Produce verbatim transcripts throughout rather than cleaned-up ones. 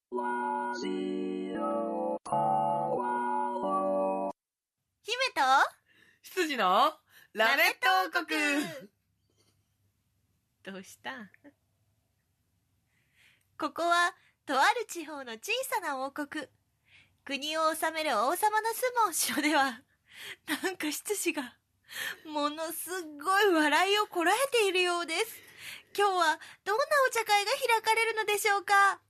ラジオポアロ姫と羊のラメット王国。 どうしたここはとある地方の小さな王国。国を治める王様の住むお城では、なんか羊がものすごい笑いをこらえているようです。今日はどんなお茶会が開かれるのでしょうか。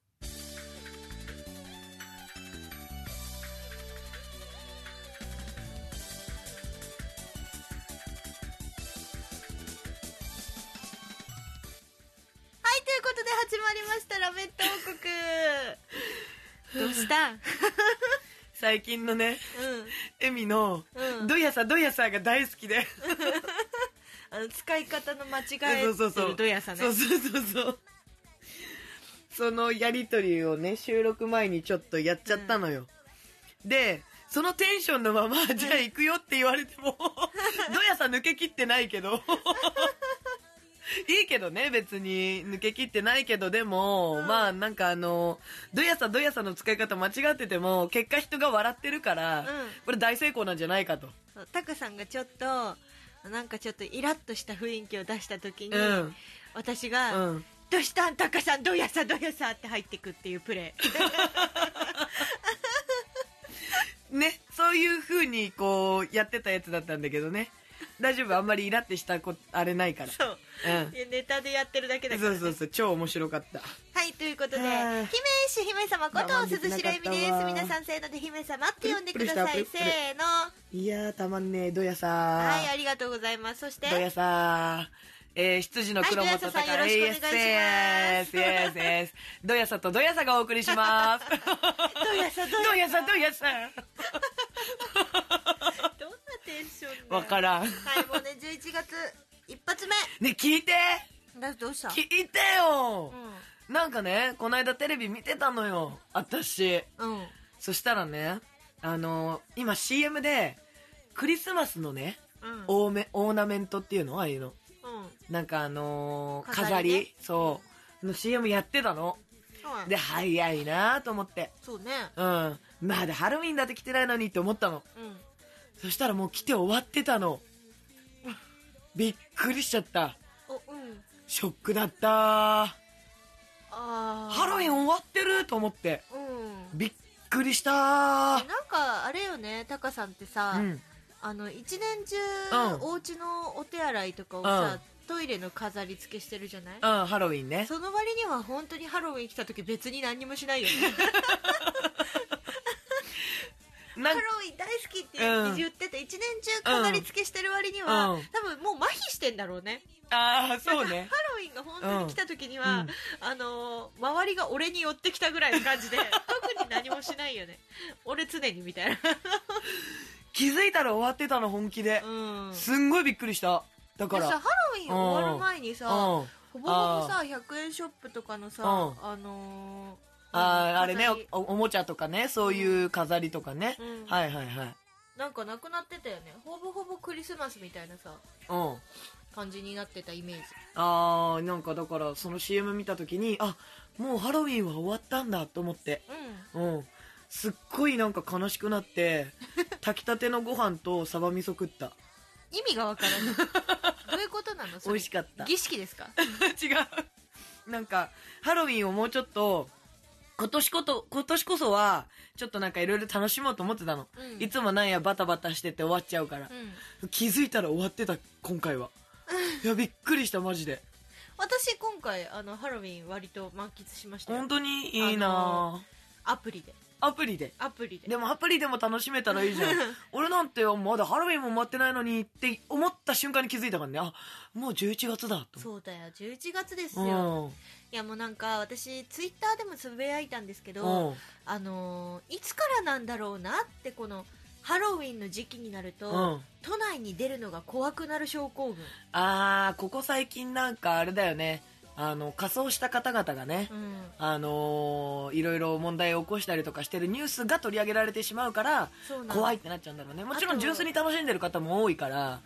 はい、ということで始まりましたラメット王国。どうした最近のね、 うん、 エミの、 うん、 どやさどやさが大好きであの使い方の間違えてるそうそうそうどやさね。 そうそうそうそう。そのやりとりをね、収録前にちょっとやっちゃったのよ、うん、でそのテンションのまま、じゃあ行くよって言われてもどやさ抜けきってないけどいいけどね、別に抜けきってないけど、でも、うん、まあなんかあのどやさどやさの使い方間違ってても結果人が笑ってるから、うん、これ大成功なんじゃないかと。 タカさんがちょっとなんかちょっとイラッとした雰囲気を出した時に、うん、私が、うん、どうしたんタカさんどやさどやさって入ってくっていうプレイね、そういう風にこうやってたやつだったんだけどね。大丈夫、あんまりイラってしたこあれないから。 そう、うん、いやネタでやってるだけだから、ね、 そうそうそう、超面白かった。 はい、ということで姫主姫様こと鈴代恵美です。皆さんせーので姫様って呼んでください。せーの。 いやーたまんねえどやさー。 はい、ありがとうございます。そしてどやさー、えー、羊の黒本隆、はい、よろしくお願いします。イエスイエスイエス。 どやさとどやさがお送りしますどやさどやさどやさどんなテンションわからん。 はい、もうねじゅういちがつ一発目ね、聞いて。 だどうした聞いてよ、うん、なんかね、この間テレビ見てたのよ私、うん、そしたらね、あのー、今 シーエム でクリスマスのね、うん、オーメオーナメントっていうのああいうの、うん、なんかあのー、飾り、飾り、ね、そうの シーエム やってたの、うん、で早いなと思って。 そうね、 うん、まだハロウィンだって来てないのにって思ったの、うん、そしたらもう来て終わってたのびっくりしちゃった。お、うん、ショックだった。あ、ハロウィン終わってると思って、うん、びっくりした。 なんかあれよね、タカさんってさ、うん、あの一年中、うん、お家のお手洗いとかをさ、うん、トイレの飾り付けしてるじゃない、 うん、ハロウィンね。 その割には本当にハロウィン来た時別に何にもしないよねハロウィン大好きって言ってて、一年中飾り付けしてる割には、うん、多分もう麻痺してんだろうね。 ああ、そうね。 ハロウィンが本当に来た時には、うん、あのー、周りが俺に寄ってきたぐらいの感じで特に何もしないよね。俺常にみたいな気づいたら終わってたの、本気で、うん、すんごいびっくりした。だからさ、ハロウィン終わる前にさ、うん、ほぼほぼさひゃくえんショップとかのさ、うん、あのーああ、あれね、お、おもちゃとかね、そういう飾りとかね、うん、はいはいはい。 なんかなくなってたよね。ほぼほぼクリスマスみたいなさ、うん、感じになってたイメージ。ああ、なんかだからその シーエム 見た時に、あ、もうハロウィンは終わったんだと思って、うん、うん、すっごいなんか悲しくなって炊きたてのご飯とサバ味噌食った。 意味がわからないどういうことなのそれ。 美味しかった。 儀式ですか違う、なんかハロウィンをもうちょっと今年こと、今年こそは、ちょっとなんかいろいろ楽しもうと思ってたの、うん。いつもなんやバタバタしてて終わっちゃうから。うん、気づいたら終わってた、今回は。いや、びっくりした、マジで。 私今回、あの、ハロウィン割と満喫しましたよ。 本当にいいなアプリで。 アプリでアプリで。 でもアプリでも楽しめたらいいじゃん。俺なんてまだハロウィンも待ってないのにって思った瞬間に気づいたからね。あ、もうじゅういちがつだと。 そうだよ、じゅういちがつですよ。いやもうなんか私ツイッターでもつぶやいたんですけど、あのー、いつからなんだろうなってこのハロウィンの時期になると、うん、都内に出るのが怖くなる症候群。 あー、ここ最近なんかあれだよね。あの仮装した方々がね、うん、あのー、いろいろ問題を起こしたりとかしてるニュースが取り上げられてしまうから怖いってなっちゃうんだろうね。もちろん純粋に楽しんでる方も多いから。 多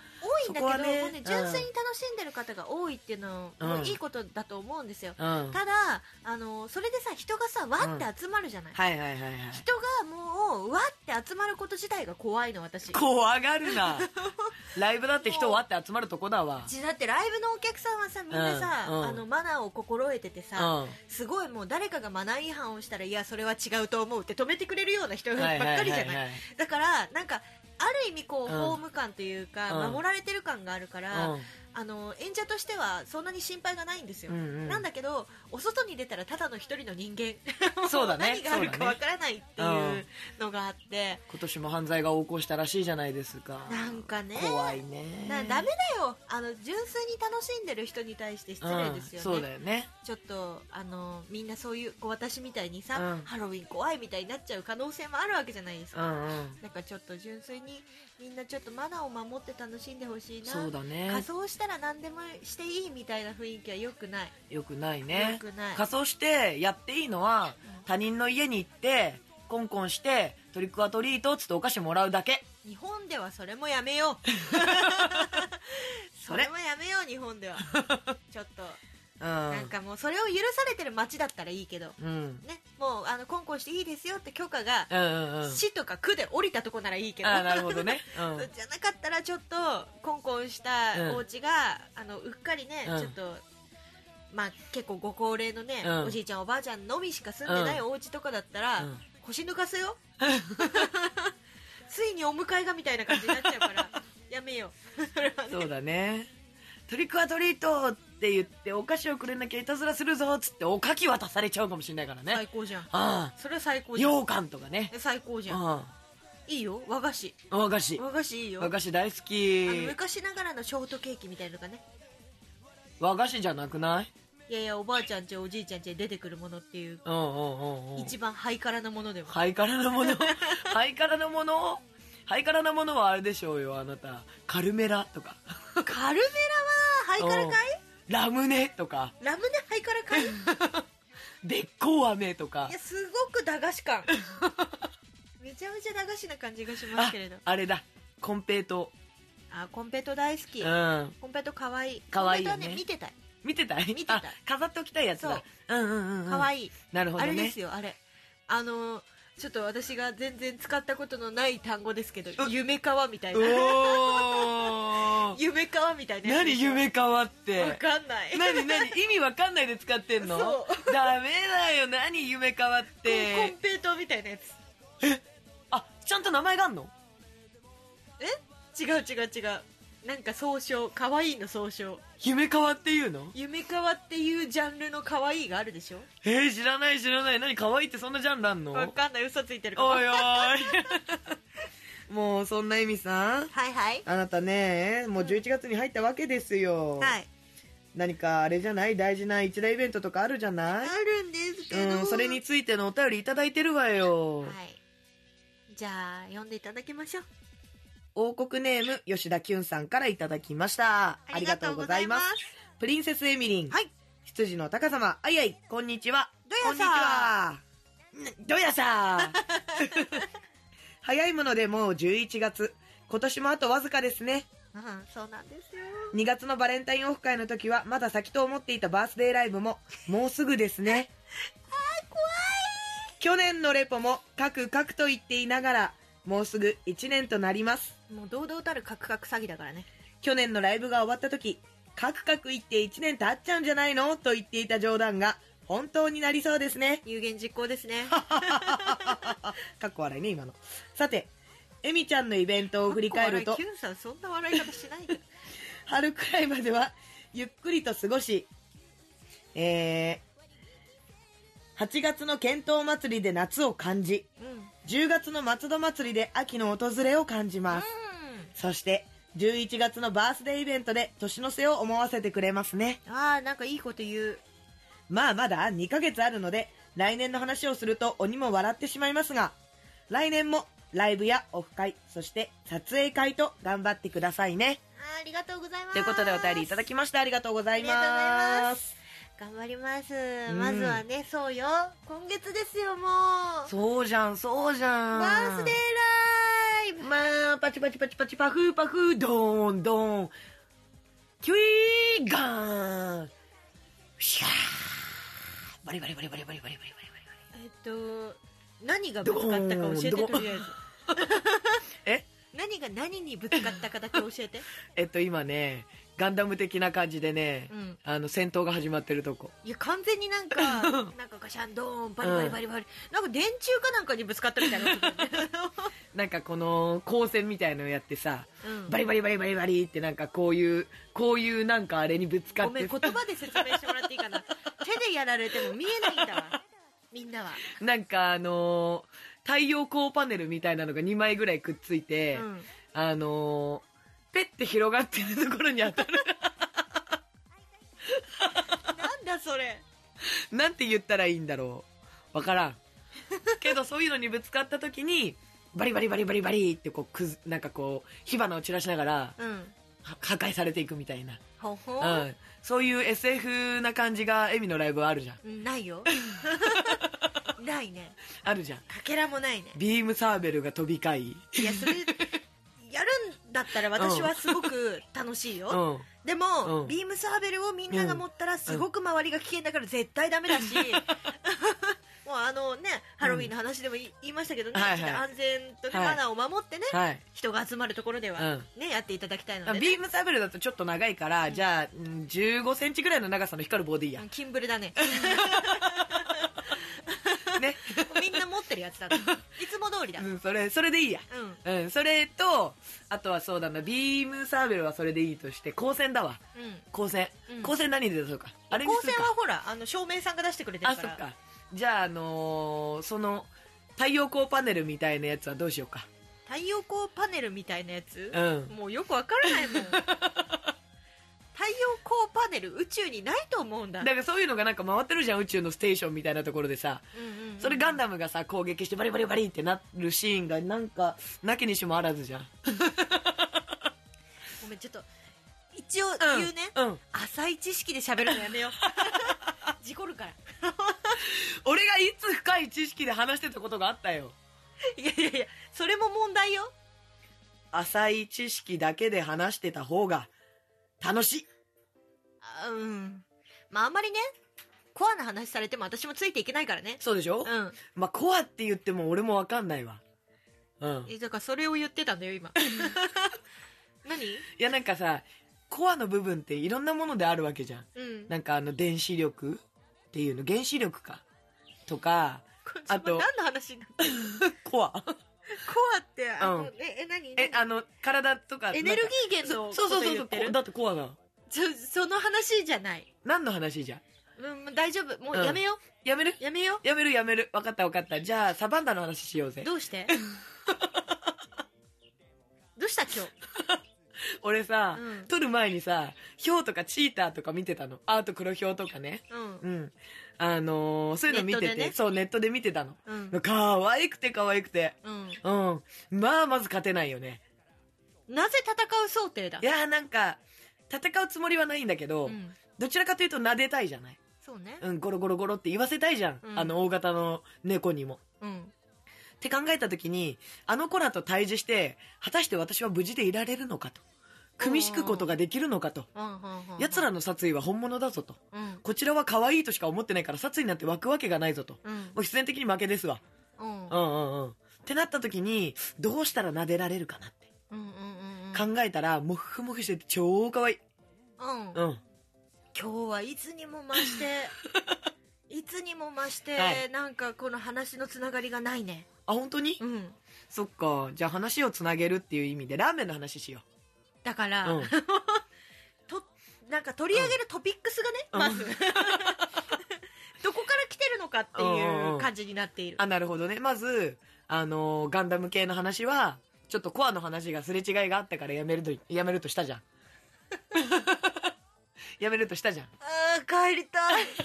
いんだけど、 そこはねもうね、 うん純粋に楽しんでる方が多いっていうのもうんいいことだと思うんですよ、 うんただあのそれでさ人がさわって集まるじゃない、 はいはいはいはい人がもうわって集まること自体が怖いの私怖がるなライブだって人わって集まるとこだわ。 ちだってライブのお客さんはさみんなさ、 うんうんあのマナーを心得ててうさ、 んすごいもう誰かがマナー違反をしたらいやそれは違うと思うって止めてくれるような人ばっかりじゃない,、 はいはいはいはいだからなんかある意味こう、 うんホーム感というか、 うん守られてる感があるから、 うんあの演者としてはそんなに心配がないんですよ、 うんうんなんだけどお外に出たらただの一人の人間そうだね何があるかわからないっていうのがあって、 今年も犯罪が横行したらしいじゃないですか。 なんかね怖いね。 なダメだよあの純粋に楽しんでる人に対して失礼ですよね、 うん、そうだよね。 ちょっとあのみんなそういうこう私みたいにさ、 うんハロウィン怖いみたいになっちゃう可能性もあるわけじゃないですか、 うんうんなんかちょっと純粋にみんなちょっとマナーを守って楽しんでほしいな。 そうだね。 仮装したら何でもしていいみたいな雰囲気は良くない。 よくないね。 良くない仮装してやっていいのは、 うん他人の家に行ってコンコンしてトリックアトリートっつってお菓子もらうだけ。 日本ではそれもやめようそれそれもやめよう日本ではちょっとうんなんかもうそれを許されてる街だったらいいけどうんね、もうあのコンコンしていいですよって許可がうんうんうん市とか区で降りたとこならいいけど、 あーなるほどね、うんじゃなかったらちょっとコンコンしたお家が、あのうっかりね、 うんちょっとまあ結構ご高齢のね、 うんおじいちゃんおばあちゃんのみしか住んでないお家とかだったら、 うん腰抜かすよついにお迎えがみたいな感じになっちゃうからやめようそれはねそうだね。トリックアトリートって言ってお菓子をくれなきゃいたずらするぞっつっておかき渡されちゃうかもしれないからね。 最高じゃんあそれは最高あじゃん羊羹とかね。 え最高じゃんあいいよ和菓子あ和菓子和菓子いいよ和菓子大好あのき。 昔ながらのショートケーキみたいなのがね和菓子じゃなくない？ いやいやおばあちゃんちおじいちゃんちで出てくるものっていううんうんうんうん。 一番ハイカラなものでもハイカラなものハイカラなものハイカラなものはあれでしょうよ、あなた。カルメラとかカルメラはハイカラかいラムネとかラムネハイカラかいいべっこう飴とかやすごく駄菓子感めちゃめちゃ駄菓子な感じがしますあけれどあれだコンペイトあコンペイト大好き、 うんコンペイトかわいいかわいいよねコンペイトはね見てたい見てたい見てたいあ飾っておきたいやつだ。うんうんうんうんかわいい、 なるほどね。 あれですよあれあのーちょっと私が全然使ったことのない単語ですけど夢川みたいなおー夢川みたいなやつ何夢川っわてかんない何何意味わかんないで使ってんの？ そダメだよ、何夢川っコンて。 ペイトみたいなやつあ、ちゃんと名前があんの？ 違う違う違うなんか総称かわいいの総称夢川っていうの？ 夢川っていうジャンルの可愛いがあるでしょえー、知らない知らない。何可愛いってそんなジャンルあんの？ わかんない嘘ついてるかもおいおいもうそんなエミさん、 はいはいあなたねもうじゅういちがつに入ったわけですよ、 はい何かあれじゃない、大事な一大イベントとかあるじゃなあい？ るんですけど、 うん、それについてのお便りいただいてるわよ、 はいじゃあ読んでいただきましょう王国ネーム吉田きゅんさんからいただきました。ありがとうございます。プリンセスエミリン、 はい羊の高様、あいあい、こんにちは。 どやさこんにちは。んどやさ早いものでもうじゅういちがつ、今年もあとわずかですね。 うんそうなんですよにがつのバレンタインオフ会の時はまだ先と思っていたバースデーライブももうすぐですね。 あ怖い去年のレポもカクカクと言っていながらもうすぐいちねんとなります。 もう堂々たるカクカク詐欺だからね去年のライブが終わった時、カクカク言っていちねん経っちゃうんじゃないのと言っていた冗談が本当になりそうですね。 有言実行ですねかっこ笑いね今の。さてエミちゃんのイベントを振り返るとキュンさんそんな笑い方しないけど春くらいまではゆっくりと過ごし、えー、はちがつの剣闘祭りで夏を感じ、 うんじゅうがつの松戸祭りで秋の訪れを感じます。そしてじゅういちがつのバースデーイベントで年の瀬を思わせてくれますね。 うんああなんかいいこと言うまあまだにかげつあるので来年の話をすると鬼も笑ってしまいますが、来年もライブやオフ会、そして撮影会と頑張ってくださいね。 あーありがとうございますということでお便りいただきましてありがとうございありがとうございま。 ます頑張ります、 んまずはねそうよ今月ですよもうそうじゃんそうじゃん。 バースデーライブままーパチパチパチパチパフパフドーンドーンキュイーガーンシャーバリバリバリバリバリバリバリバリえっと何がぶつかったか教えて、とりあえずえ何が何にぶつかったかだけ教えて。 えっと今ねガンダム的な感じでね、 うん、 あの戦闘が始まってるとこ。 いや完全になんかなんかガシャンドーンバリバリバリバリ、うん、なんか電柱かなんかにぶつかったみたいななんかこの光線みたいのをやってさ、 うん、 バリバリバリバリバリってなんかこういうこういうなんかあれにぶつかって、 ごめん言葉で説明してもらっていいかな。手でやられても見えないんだわみんなは。 なんかあのー、太陽光パネルみたいなのがにまいぐらいくっついて、うん、あのーペッて広がってるところに当たるなんだそれ。 なんて言ったらいいんだろう、わからんけどそういうのにぶつかった時にバリバリバリバリバリってこうくずなんかこう火花を散らしながら、うん、破壊されていくみたいな、 ほほ、 うん、そういう エスエフ な感じがエミのライブはあるじゃん。 ないよないね。 あるじゃん。 かけらもないね。 ビームサーベルが飛び交い、 いやそれやるんだったら私はすごく楽しいよ、うん、でも、うん、ビームサーベルをみんなが持ったらすごく周りが危険だから絶対ダメだし、うん、もうあのねハロウィンの話でも言いましたけどね、はいはい、安全と、ね、マナーを守ってね、はい、人が集まるところでは、ね、やっていただきたいので、ね、 ビームサーベルだとちょっと長いから、じゃあじゅうごセンチぐらいの長さの光る棒でいいや。 キンブルだねね、 みんな持ってるやつだといつも通りだ、 うん、それそれでいいや、うんうん、それとあとはそうだな、ビームサーベルはそれでいいとして光線だわ、うん、光線、うん、光線何で出そうか。 あれにするか。光線はほらあの照明さんが出してくれてるから。 あ、そっか。じゃあ、あのー、その太陽光パネルみたいなやつはどうしようか。 太陽光パネルみたいなやつ、 うん、 もうよくわからないもん太陽光パネル宇宙にないと思うんだ。 だからそういうのがなんか回ってるじゃん、宇宙のステーションみたいなところでさ、うんうんうん、それガンダムがさ攻撃してバリバリバリってなるシーンがなんかなきにしもあらずじゃんごめんちょっと一応言うね、うんうん、浅い知識で喋るのやめよう事故るから俺がいつ深い知識で話してたことがあったよ。 いやいやいやそれも問題よ。 浅い知識だけで話してた方が楽しい。 あ、うん。まああんまりねコアな話されても私もついていけないからね。 そうでしょ。うん。まあコアって言っても俺もわかんないわ。うん。 えだからそれを言ってたんだよ今何。いやなんかさコアの部分っていろんなものであるわけじゃん、うん、なんかあの電子力っていうの原子力かとかあと何の話になってるコアコアってあの、うん、ええ何えあの体とかエネルギー源のこと言ってる。 そうそうそうそうだってコアがそその話じゃない。 何の話じゃん。 うん、大丈夫もうやめよう、 うん、やめるやめようやめるやめる分かった分かった。じゃあサバンナの話しようぜ。 どうしてどうした今日俺さ、うん、撮る前にさヒョウとかチーターとか見てたの。アート黒ヒョウとかね、うん、うん、あのー、そういうの見てて、ね、そうネットで見てたの、うん、かわいくてかわいくて、うん、うん、まあまず勝てないよね。 なぜ戦う想定だ。 いやなんか戦うつもりはないんだけど、うん、どちらかというと撫でたいじゃない。 そうね、 うん、ゴロゴロゴロって言わせたいじゃん、うん、あの大型の猫にも、うん、って考えた時にあの子らと対峙して果たして私は無事でいられるのかと、組み敷くことができるのかと、奴らの殺意は本物だぞと、うん、こちらは可愛いとしか思ってないから殺意なんて湧くわけがないぞと、うん、もう必然的に負けですわ、うん、うんうんうんってなった時にどうしたら撫でられるかなって、うんうんうんうん、考えたらモフモフしてて超可愛い、うん、うん、 今日はいつにも増していつにも増して、はい、なんかこの話のつながりがないね。 あ本当に、うん、そっか。じゃあ話をつなげるっていう意味でラーメンの話しよう。 だから、うん、となんか取り上げるトピックスがね、うん、まずどこから来てるのかっていう感じになっている、 うんうん、あなるほどね。まずあのー、ガンダム系の話はちょっとコアの話がすれ違いがあったからやめるとやめるとしたじゃんやめるとしたじゃん。 あー帰りたい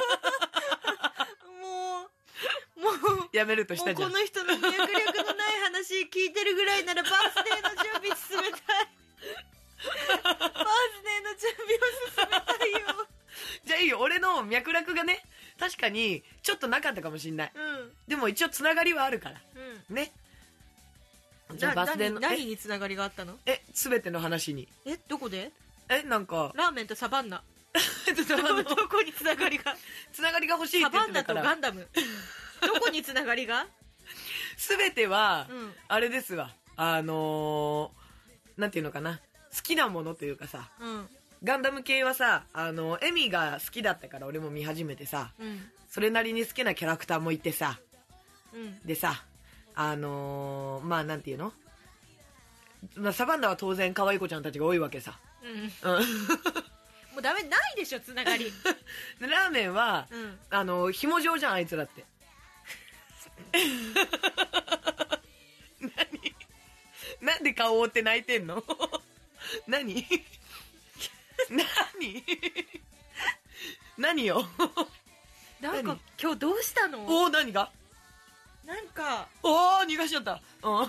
もうもうやめるとしたじゃん。 もうこの人の脈略のない話聞いてるぐらいならバースデーの準備進めたいバースデーの準備を進めたいよじゃあいいよ。俺の脈絡がね確かにちょっとなかったかもしんない、うん、でも一応つながりはあるから、うん、ねじゃあバス停のな何何につながりがあったの？ え全ての話にえどこで？ えなんかラーメンとサバンナちょっとど待ってどこにつながりが？ つながりが欲しいって言サバンナってたからとガンダムどこにつながりが？ 全ては、 うんあれですわあのー、なんていうのかな好きなものというかさうんガンダム系はさあのエミが好きだったから俺も見始めてさうんそれなりに好きなキャラクターもいてさうんでさあのー、まあなんていうの、まあ、サバンナは当然可愛い子ちゃんたちが多いわけさうんうんもうダメないでしょつながりでラーメンはうんあの紐状じゃんあいつらって何なんで顔覆って泣いてんの何何何よなんか何今日どうしたの？ おお何がなんかおお逃がしちゃったうん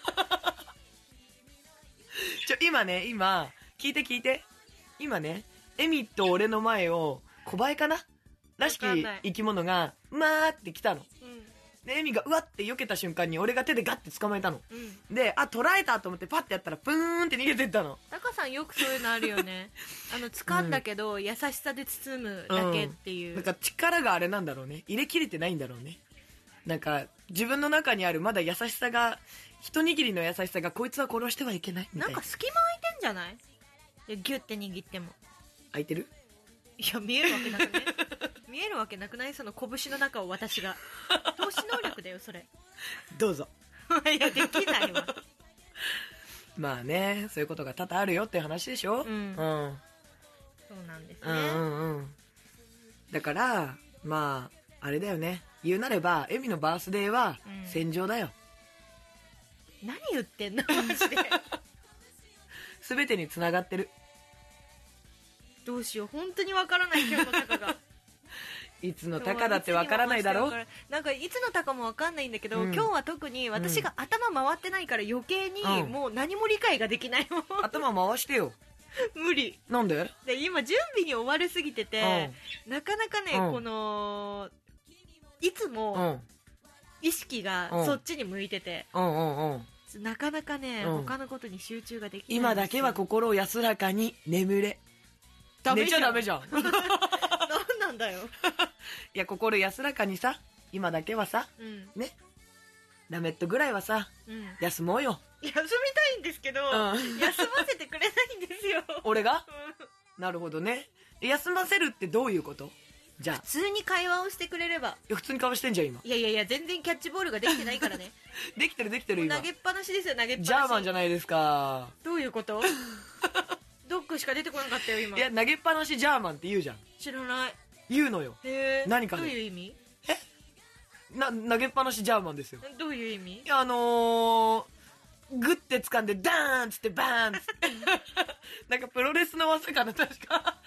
ちょ今ね今き聞いて聞いて今ねエミと俺の前を小バエかならしきわかんない生き物がまーって来たのうんでエミがうわって避けた瞬間に俺が手でガッて捕まえたのうんであ捉えたと思ってパッてやったらプーンって逃げてったのタカさんよくそういうのあるよねあの掴んだけど、優しさで包むだけっていう、 なんか力があれなんだろうね入れきれてないんだろうねなんか自分の中にあるまだ優しさが一握りの優しさがこいつは殺してはいけないみたいななんか隙間空いてんじゃない？いやギュッて握っても開いてるいや見えるわけなくね見えるわけなくない？その拳の中を私が投資能力だよそれどうぞいやできないわまあねそういうことが多々あるよっていう話でしょ、 うんうん、 そうなんですね、 うんうんうんだからまああれだよね言うなればエミのバースデーはうん戦場だよ、 何言ってんのマジで全てにつながってるどうしよう本当にわからない今日のタカがいつのタカだってわからないだろなんかいつのタカもわかんないんだけど、 うん今日は特に私が頭回ってないから余計にうんもう何も理解ができないもん頭回してよ無理なんでで今準備に追われすぎてて、なかなかね、 うんこのいつうんうもん意識がうんそっちに向いてて、 うんうんうんなかなかね、 うん他のことに集中ができないんですよ今だけは心を安らかに眠れ寝ちダメじゃんゃダメじゃんなんなんだよ、 いや心安らかにさ今だけはさうんねラメットぐらいはさうん、 休もうよ休みたいんですけど、 ん休ませてくれないんですよ俺がうんなるほどね休ませるってどういうことじゃあ普通に会話をしてくれればいや普通に顔してんじゃん今いやいやいや全然キャッチボールができてないからねできてるできてる今もう投げっぱなしですよ投げっぱなしジャーマンじゃないですかどういうことドッグしか出てこなかったよ今いや投げっぱなしジャーマンって言うじゃん知らない言うのよへえ何かねどういう意味な投げっぱなしジャーマンですよどういう意味いやあのー、グッて掴んでダーンっつってバーンっつってなんかプロレスの技かな確か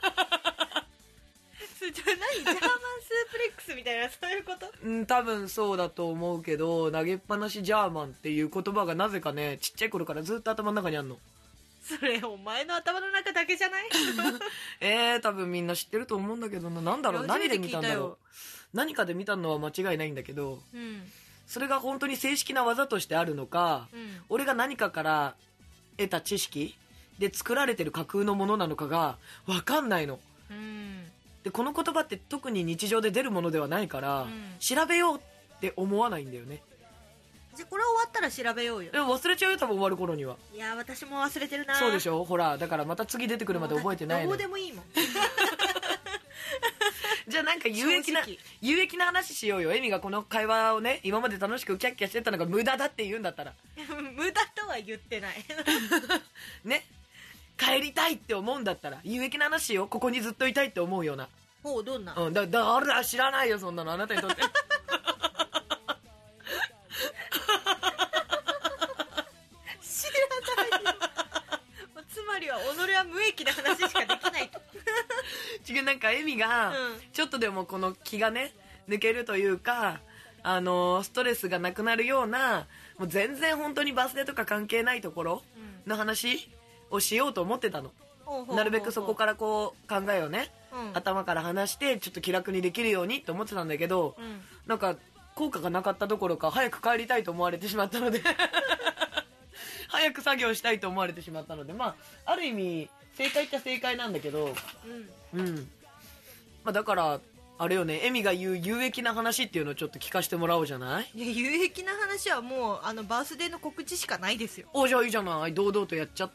それじゃあ何ジャーマンスープレックスみたいなそういうことうん多分そうだと思うけど投げっぱなしジャーマンっていう言葉がなぜかねちっちゃい頃からずっと頭の中にあんのそれお前の頭の中だけじゃないえー、多分みんな知ってると思うんだけどななんだろう何で見たんだろう初めて聞いたよ何かで見たのは間違いないんだけどうんそれが本当に正式な技としてあるのか、 うん俺が何かから得た知識で作られてる架空のものなのかが分かんないのうんでこの言葉って特に日常で出るものではないから、 うん調べようって思わないんだよねじゃあこれ終わったら調べようよでも忘れちゃうよ多分終わる頃にはいや私も忘れてるなそうでしょほらだからまた次出てくるまで覚えてないどのうでもいいもんじゃあなんか有益な正直有益な話しようよエミがこの会話をね今まで楽しくキャッキャしてたのが無駄だって言うんだったら無駄とは言ってないね帰りたいって思うんだったら有益な話よここにずっといたいって思うようなほうどんな、 うんだだあれだ知らないよそんなのあなたにとって知らないよつまりは己は無益な話しかできないと違うなんかエミが、 うんちょっとでもこの気がね抜けるというかあのストレスがなくなるようなもう全然本当にバースデーとか関係ないところの話をしようと思ってたの、なるべくそこからこう考えをね、 うん頭から話してちょっと気楽にできるようにと思ってたんだけど、 うんなんか効果がなかったどころか早く帰りたいと思われてしまったので早く作業したいと思われてしまったので、まあある意味正解っちゃ正解なんだけど、 うんうんまあだからあれよね、エミが言う有益な話っていうのをちょっと聞かせてもらおうじゃない。 いや有益な話はもうあのバースデーの告知しかないですよ。 おじゃあいいじゃない、堂々とやっちゃって。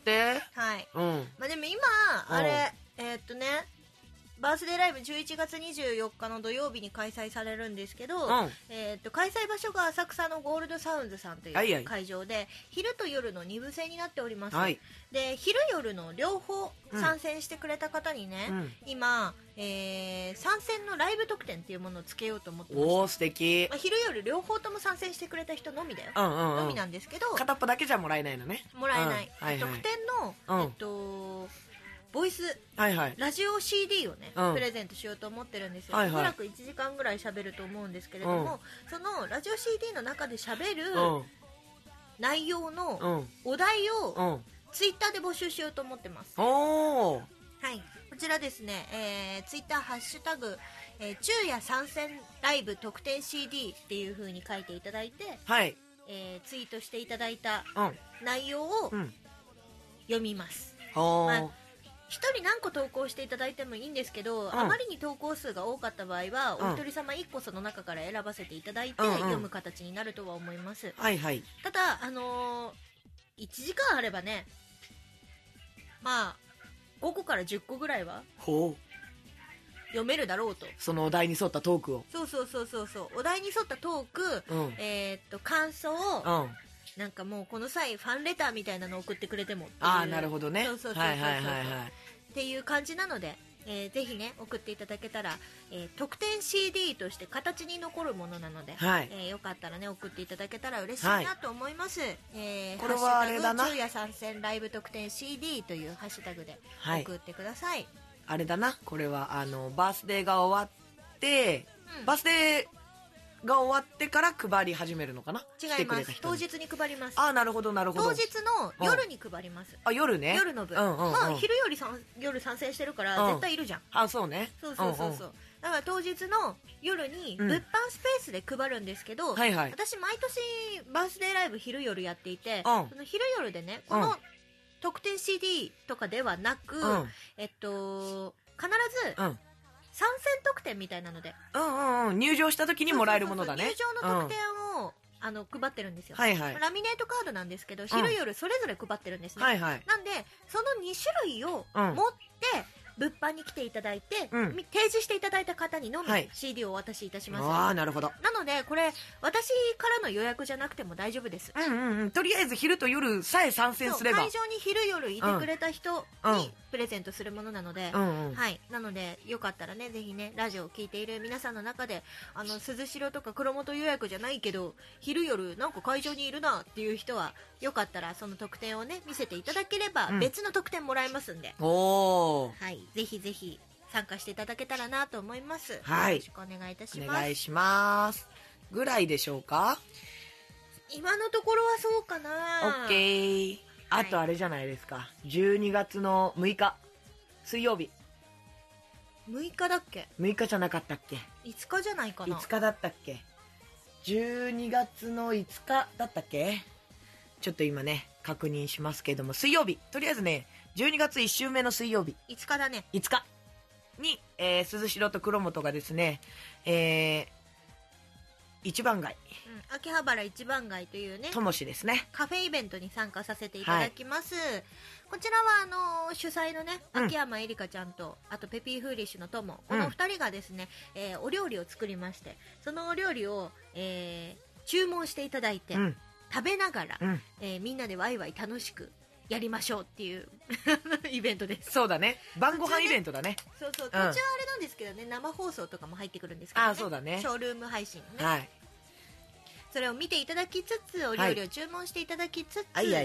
はい、 うんまあ、でも今あれえーっとねバースデーライブじゅういちがつにじゅうよっかの土曜日に開催されるんですけど、 うんえーっと開催場所が浅草のゴールドサウンズさんとはいはいいう会場で、昼と夜のに部制になっております、 はいで昼夜の両方参戦してくれた方にね、 うん今、えー参戦のライブ特典っていうものをつけようと思ってまして、 おー素敵。 まあ、昼夜両方とも参戦してくれた人のみだよ、 うんうんうんのみなんですけど片っぽだけじゃもらえないのね。 もらえない、 うんはいはい特典の、 うんえっとボイスはいはいラジオ シーディー をね、 うんプレゼントしようと思ってるんですよ、 はいはいおそらくいちじかんぐらい喋ると思うんですけれども、そのラジオ シーディー の中で喋るうん内容うのんお題うをんツイッターで募集しようと思ってます。 おーはい、こちらですね、えー、ツイッターハッシュタグ、えー、昼夜参戦ライブ特典 シーディー っていう風に書いていただいて、 はいえーツイートしていただいたうん内容をうん読みます。 ほーまあ一人何個投稿していただいてもいいんですけど、 んあまりに投稿数が多かった場合は、 うんお一人様いっこその中から選ばせていただいて、 うんうん読む形になるとは思います。 はいはいただあのー、いちじかんあればね、まあごこからじゅっこぐらいはほう読めるだろうと。 そのお題に沿ったトークをそうそうそうそうそう、お題に沿ったトーク、 うんえーっと感想、 うんなんかもうこの際ファンレターみたいなの送ってくれてもっていうああなるほどねそうそうそうそうそう、 はいはいはいはいっていう感じなので、えーぜひね送っていただけたら、えー特典 シーディー として形に残るものなので、 はいえーよかったらね送っていただけたら嬉しいなと思います、えーこれはあれだなハッシュタグ昼夜参戦ライブ特典 シーディー というハッシュタグではい送ってください、 あれだな、これはあのバースデーが終わって、 うんバースデーが終わってから配り始めるのかな。 違い来てくますれた人に当日に配ります。 ああなるほどなるほど。 当日の夜に配ります。 あ夜ね。 夜の分、 うんうんうんまあ昼よりさん夜参戦してるからうん絶対いるじゃん、 あそうね。 そうそうそうそう、 んんだから当日の夜にうん物販スペースで配るんですけど、 はいはい。 私毎年バースデーライブ昼夜やっていて、 うんその昼夜でねこうんの特典 シーディー とかではなく、 うんえっと必ずうん参戦特典みたいなのでうんうんうん入場した時にもらえるものだね。 そうそうそう入場の特典を、あの配ってるんですよ、 はいはいラミネートカードなんですけど昼夜それぞれ配ってるんですね、 はいはい。 なんでそのに種類をうん持って物販に来ていただいて、 うんみ提示していただいた方にのみはいシーディー をお渡しいたします、 ああなるほど。 なのでこれ私からの予約じゃなくても大丈夫です、 うんうんうんとりあえず昼と夜さえ参戦すれば。 そう会場に昼夜いてくれた人うんにプレゼントするものなので、 うんうん。 はい、なのでよかったらねぜひねラジオを聞いている皆さんの中であの鈴代とか黒本予約じゃないけど昼夜なんか会場にいるなっていう人はよかったらその特典をね見せていただければうん別の特典もらえますんで、 おーはい、ぜひぜひ参加していただけたらなと思います、 はいよろしくお願いいたしおます。 願いします。ぐらいでしょうか。 今のところはそうかな。 オッケー。あとあれじゃないですか。じゅうにがつのむいか水曜日。 むいかだっけむいかじゃなかったっけ。 いつかじゃないかな。 いつかだったっけ。じゅうにがつのいつかだったっけ。ちょっと今ね確認しますけども、水曜日とりあえずねじゅうにがついっ週目の水曜日いつかだね。 いつかに、えー、鈴代と黒本がですね、えー、一番街うん、秋葉原一番街というねともしですね。 カフェイベントに参加させていただきます、こちらはあのー主催のねうん秋山えりかちゃんとあとペピーフーリッシュのトモ、このふたりがですね、えーお料理を作りましてそのお料理を、えー注文していただいて、 うん食べながら、 うんえーみんなでワイワイ楽しくやりましょうっていうイベントです。 そうだね、晩ご飯イベントだね。 そうそう途中あれなんですけどね、生放送とかも入ってくるんですけど、ね、 あそうだねショールーム配信ね、 はいそれを見ていただきつつお料理を注文していただきつつ、 はいはい。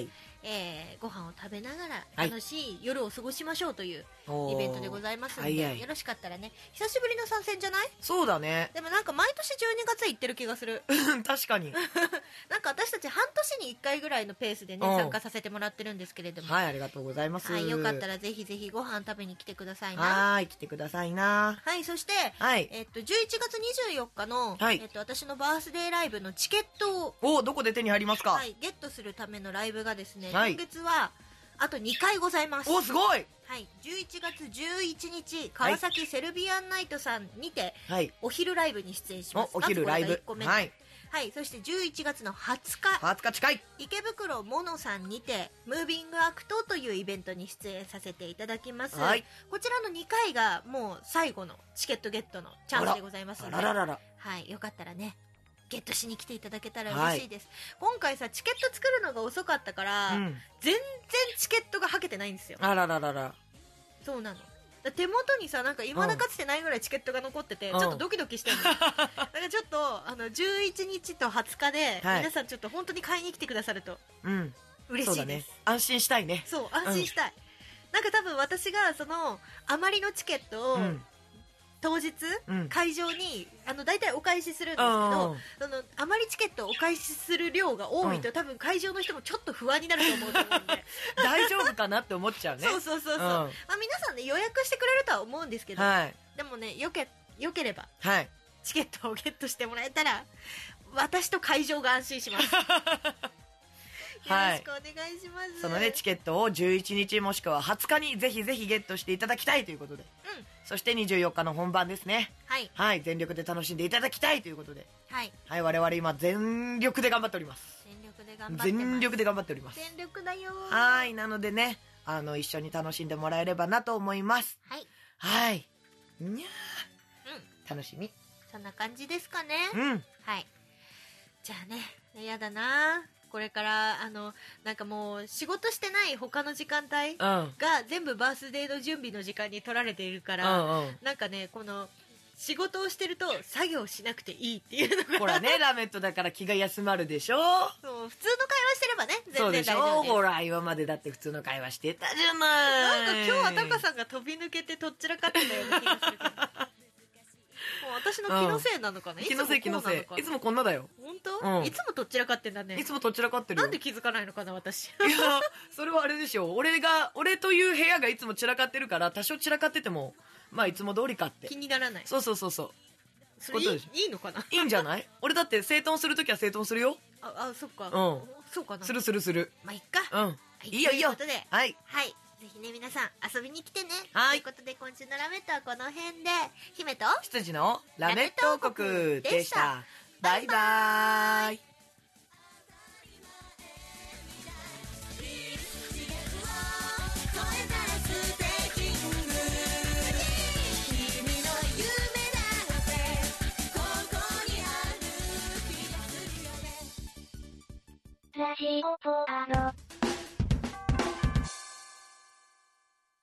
えー、ご飯を食べながらはい楽しい夜を過ごしましょうというおーイベントでございますので、 はいはいよろしかったらね、久しぶりの参戦じゃない？ そうだね。 でもなんか毎年じゅうにがつ行ってる気がする。 確かに。 なんか私たち半年にいっかいぐらいのペースでね、 うん参加させてもらってるんですけれども、 はい、ありがとうございます。 はい、よかったらぜひぜひご飯食べに来てくださいな。 はーい、来てくださいな。 はい、そして、 はい。 えっと、じゅういちがつにじゅうよっかの、 はいえっと、私のバースデーライブのチケットを、 お、どこで手に入りますか？ はい、ゲットするためのライブがですね、 はい今月はあとにかいございます。 お、すごい。 はい、じゅういちがつじゅういちにち川崎セルビアンナイトさんにてはい。 お昼ライブに出演します。 お、お昼ライブまずこれがいっこめ。 はい。 はい、そしてじゅういちがつのはつかはつか近い。 池袋モノさんにてムービングアクトというイベントに出演させていただきます。 はいこちらのにかいがもう最後のチケットゲットのチャンスでございますので、 あらららら。 はい、よかったらねゲットしに来ていただけたら嬉しいです。今回さチケット作るのが遅かったから、 うん。 全然チケットがはけてないんですよ。 あらららら。 そうなの。だ手元にさなんか未だかつてないぐらいチケットが残ってて、 うんちょっとドキドキしてるの。だからちょっとあのじゅういちにちとはつかで、 はい皆さんちょっと本当に買いに来てくださるとうん。 嬉しいです。 そうだね。安心したいね。 そう安心したい、なんか多分私がそのあまりのチケットをうん。 当日、 うん。 会場にあの大体お返しするんですけうどん、 そのあまりチケットをお返しする量が多いと、 うん多分会場の人もちょっと不安になると思うと思うんで、 大丈夫かなって思っちゃうね。 そうそうそうそう、 うんまあ、皆さんね予約してくれるとは思うんですけど、 はい。 でもねよけよければはい。 チケットをゲットしてもらえたら私と会場が安心します。 はいよろしくお願いします。 そのね、チケットをじゅういちにちもしくははつかにぜひぜひゲットしていただきたいということで。 うんそしてにじゅうよっかの本番ですね。 はいはい。全力で楽しんでいただきたいということで。 はいはい。我々今全力で頑張っております。 全力で頑張ってます。 全力で頑張っております。 全力だよー。 はい。なのでね、あの、一緒に楽しんでもらえればなと思います。 はい。 はい。にゃうん。 ー。楽しみ。 そんな感じですかね。 うん。 はい。じゃあね、やだな。これから、あの、なんかもう、仕事してない他の時間帯うん。 が全部バースデーの準備の時間に取られているかうら、 んうん。 なんかね、この、仕事をしてると作業しなくていいっていうのが、 ほらね、ラメットだから気が休まるでしょ。 そう、普通の会話してればね、 そうでし全然大丈夫です。 ょ。ほら、今までだって普通の会話してたじゃななんかい。 今日はタカさんが飛び抜けてとっちらかってたような気がするけど。もう私の気のせいなのかな、 気のせい気のせい。いつもこんなだよ。 本当、 うんいつもとっちらかってんだね。 いつもどちらかってるよ。 なんで気づかないのかな、私。 いや、それはあれでしょ。俺が、俺という部屋がいつも散らかってるから、多少散らかってても、まあいつも通りかって気。にならない。 そうそうそうそう。 それいことでしいいいのかないいんじゃない俺だって整頓するときは整頓するよ。 あ、あ、そっか。 うんそうかな。 するするする。 まあ、いっか。 うん。 はいいいよいいよということで、 はい。 はい。ぜひね、皆さん遊びに来てね。 はいということで、今週のラメットはこの辺で、姫と、 羊のラメット王国でした。バイバーイ。 ラジオポアロ